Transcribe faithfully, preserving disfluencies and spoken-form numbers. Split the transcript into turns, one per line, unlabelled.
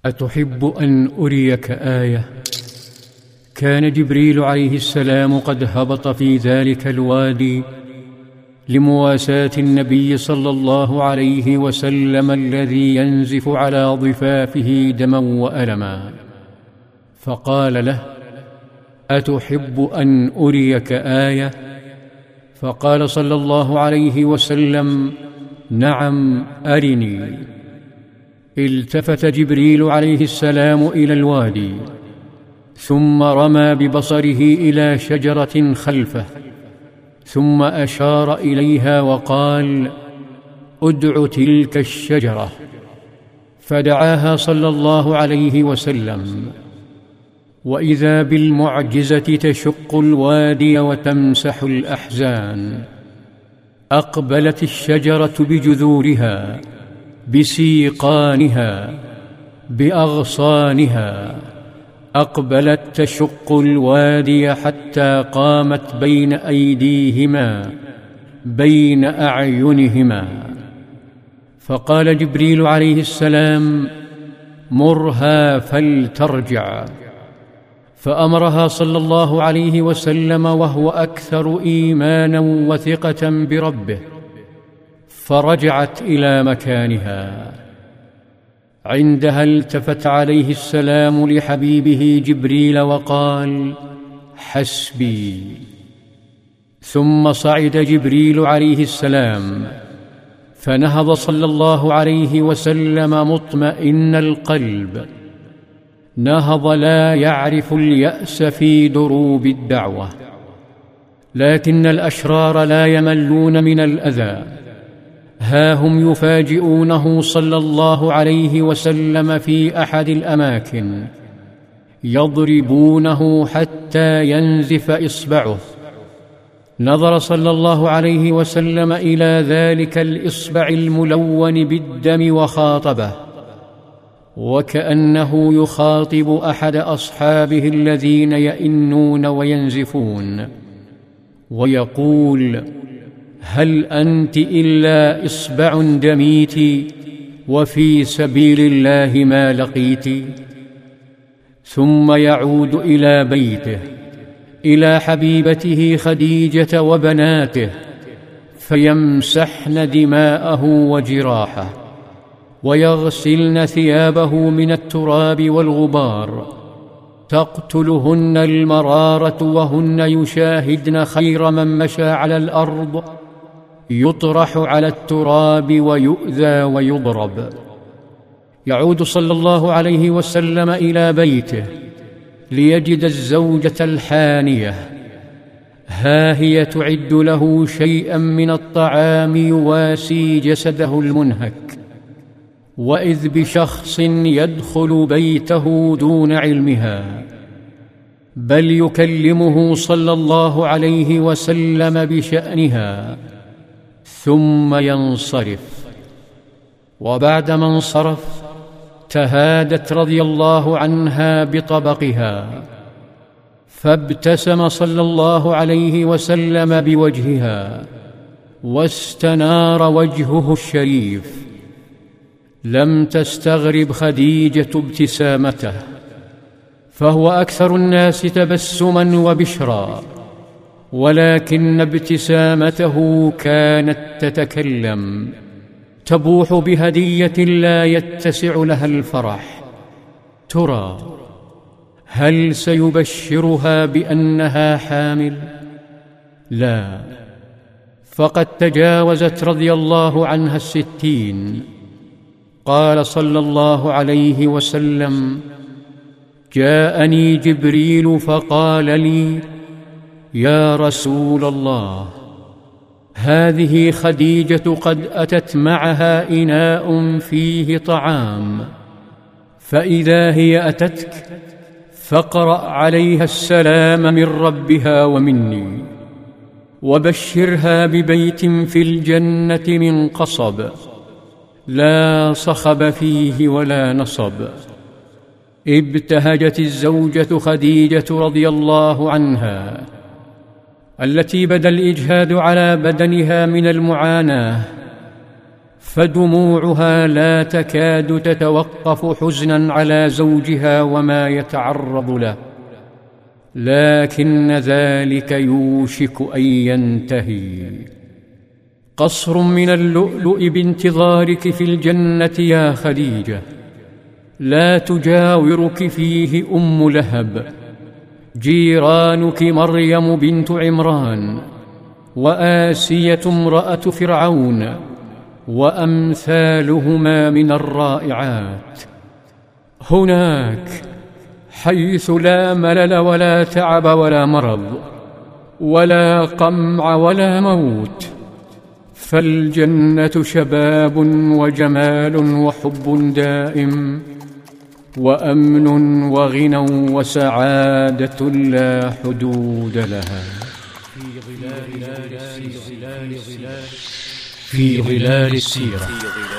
أتحب أن أريك آية؟ كان جبريل عليه السلام قد هبط في ذلك الوادي لمواساة النبي صلى الله عليه وسلم الذي ينزف على ضفافه دما وألما، فقال له: أتحب أن أريك آية؟ فقال صلى الله عليه وسلم: نعم، أرني. التفت جبريل عليه السلام إلى الوادي، ثم رمى ببصره إلى شجرة خلفه، ثم أشار إليها وقال: ادع تلك الشجرة. فدعاها صلى الله عليه وسلم، وإذا بالمعجزة تشق الوادي وتمسح الأحزان. أقبلت الشجرة بجذورها، بسيقانها، بأغصانها، أقبلت تشق الوادي حتى قامت بين أيديهما، بين أعينهما. فقال جبريل عليه السلام: مرها فلترجع. فأمرها صلى الله عليه وسلم وهو أكثر إيمانا وثقة بربه، فرجعت إلى مكانها. عندها التفت عليه السلام لحبيبه جبريل وقال: حسبي. ثم صعد جبريل عليه السلام، فنهض صلى الله عليه وسلم مطمئن القلب، نهض لا يعرف اليأس في دروب الدعوة. لكن الأشرار لا يملون من الأذى، ها هم يفاجئونه صلى الله عليه وسلم في أحد الأماكن، يضربونه حتى ينزف إصبعه. نظر صلى الله عليه وسلم إلى ذلك الإصبع الملون بالدم وخاطبه، وكأنه يخاطب أحد أصحابه الذين يئنون وينزفون، ويقول: هل أنت إلا إصبع دميت وفي سبيل الله ما لقيت؟ ثم يعود إلى بيته، إلى حبيبته خديجة وبناته، فيمسحن دماءه وجراحه، ويغسلن ثيابه من التراب والغبار، تقتلهن المرارة وهن يشاهدن خير من مشى على الأرض يطرح على التراب ويؤذى ويضرب. يعود صلى الله عليه وسلم إلى بيته ليجد الزوجة الحانية، ها هي تعد له شيئا من الطعام يواسي جسده المنهك، وإذ بشخص يدخل بيته دون علمها، بل يكلمه صلى الله عليه وسلم بشأنها، ثم ينصرف. وبعدما انصرف تهادت رضي الله عنها بطبقها، فابتسم صلى الله عليه وسلم بوجهها، واستنار وجهه الشريف. لم تستغرب خديجة ابتسامته، فهو أكثر الناس تبسما وبشرا، ولكن ابتسامته كانت تتكلم، تبوح بهدية لا يتسع لها الفرح. ترى هل سيبشرها بأنها حامل؟ لا، فقد تجاوزت رضي الله عنها الستين. قال صلى الله عليه وسلم: جاءني جبريل فقال لي: يا رسول الله، هذه خديجة قد أتت معها إناء فيه طعام، فإذا هي أتتك فاقرأ عليها السلام من ربها ومني، وبشرها ببيت في الجنة من قصب لا صخب فيه ولا نصب. ابتهجت الزوجة خديجة رضي الله عنها، التي بدا الإجهاد على بدنها من المعاناة، فدموعها لا تكاد تتوقف حزنا على زوجها وما يتعرض له، لكن ذلك يوشك أن ينتهي. قصر من اللؤلؤ بانتظارك في الجنة يا خديجة، لا تجاورك فيه أم لهب، جيرانك مريم بنت عمران، وآسية امرأة فرعون، وأمثالهما من الرائعات. هناك حيث لا ملل ولا تعب ولا مرض ولا قمع ولا موت، فالجنة شباب وجمال وحب دائم وأمن وغنى وسعادة لا حدود لها. في ظلال السيرة.